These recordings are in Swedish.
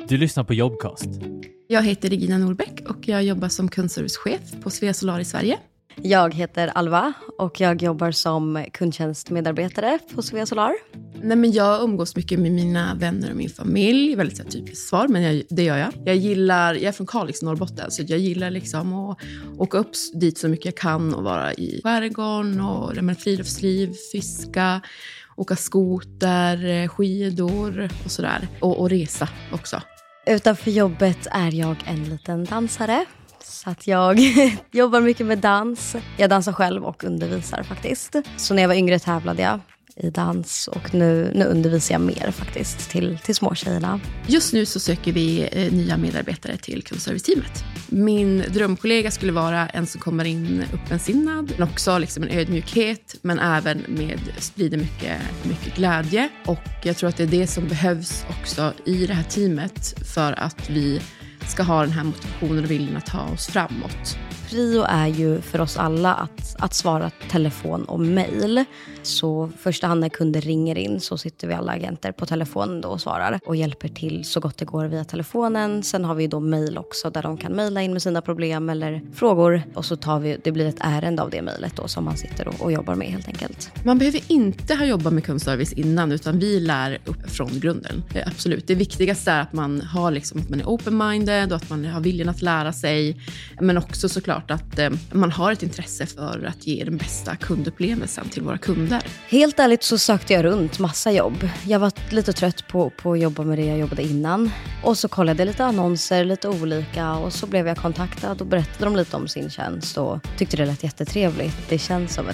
Du lyssnar på Jobcast. Jag heter Regina Norbeck och jag jobbar som kundservicechef på Svea Solar i Sverige. Jag heter Alva och jag jobbar som kundtjänstmedarbetare på Svea Solar. Nej, men jag umgås mycket med mina vänner och min familj. Väldigt så här, typiskt svar, men det gör jag. Jag är från Kalix, Norrbotten, så jag gillar liksom att åka upp dit så mycket jag kan och vara i skärgården och friluftsliv, fiska, åka skoter, skidor och sådär. Och resa också. Utanför jobbet är jag en liten dansare. Så att jag jobbar mycket med dans. Jag dansar själv och undervisar faktiskt. Så när jag var yngre tävlade jag i dans och nu undervisar jag mer faktiskt till småtjejerna. Just nu så söker vi nya medarbetare till kundserviceteamet. Min drömkollega skulle vara en som kommer in öppensinnad, men också liksom en ödmjukhet, men även sprider mycket glädje. Och jag tror att det är det som behövs också i det här teamet för att vi ska ha den här motivationen och viljan att ta oss framåt. Prio är ju för oss alla att svara telefon och mejl. Så första hand när kunder ringer in så sitter vi alla agenter på telefonen då och svarar och hjälper till så gott det går via telefonen. Sen har vi då mejl också där de kan mejla in med sina problem eller frågor. Och så det blir ett ärende av det mejlet då som man sitter och jobbar med helt enkelt. Man behöver inte ha jobbat med kundservice innan, utan vi lär upp från grunden. Absolut. Det viktigaste är att man har att man är open-minded och att man har viljan att lära sig. Men också såklart att man har ett intresse för att ge den bästa kundupplevelsen till våra kunder. Helt ärligt så sökte jag runt massa jobb. Jag var lite trött på att jobba med det jag jobbade innan. Och så kollade jag lite annonser, lite olika. Och så blev jag kontaktad och berättade de lite om sin tjänst. Och tyckte det lät jättetrevligt. Det känns som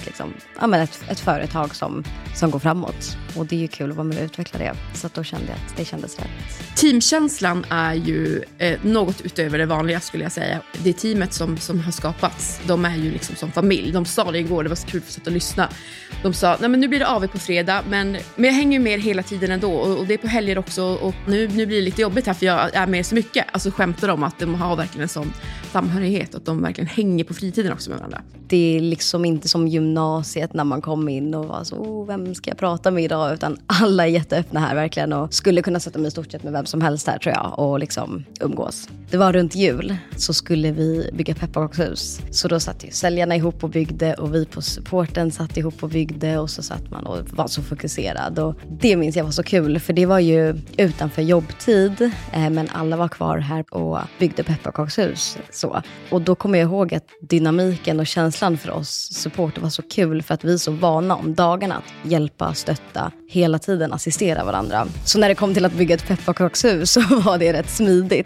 ett företag som går framåt. Och det är ju kul att vara med och utveckla det. Så att då kände jag att det kändes rätt. Teamkänslan är ju något utöver det vanliga, skulle jag säga. Det teamet som har skapats, de är ju liksom som familj. De sa det igår, det var så kul för att lyssna. De sa, nej men nu blir det AV på fredag, men jag hänger ju med hela tiden ändå. Och det är på helger också. Och nu blir det lite jobbigt här för jag är med så mycket. Alltså skämtar om att de har verkligen en sån samhörighet. Att de verkligen hänger på fritiden också med varandra. Det är liksom inte som gymnasiet när man kom in och var så, vem ska jag prata med idag? Utan alla är jätteöppna här verkligen och skulle kunna sätta mig i stort sett med vem som helst här tror jag och liksom umgås. Det var runt jul så skulle vi bygga pepparkakshus. Så då satt ju säljarna ihop och byggde och vi på supporten satt ihop och byggde och så satt man och var så fokuserad. Och det minns jag var så kul för det var ju utanför jobbtid men alla var kvar här och byggde pepparkakshus. Så. Och då kommer jag ihåg att dynamiken och känslan för oss supporter var så kul för att vi är så vana om dagarna att hjälpa, stötta, hela tiden assistera varandra. Så när det kom till att bygga ett pepparkakshus så var det rätt smidigt.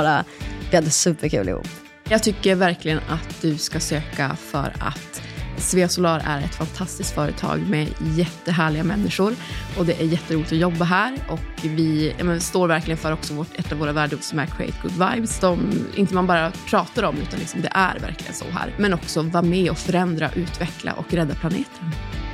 Vi hade superkul ihop. Jag tycker verkligen att du ska söka för att Svea Solar är ett fantastiskt företag med jättehärliga människor och det är jätteroligt att jobba här och vi står verkligen för också ett av våra värdeord som är create good vibes. Inte man bara pratar om utan det är verkligen så här. Men också vara med och förändra, utveckla och rädda planeten.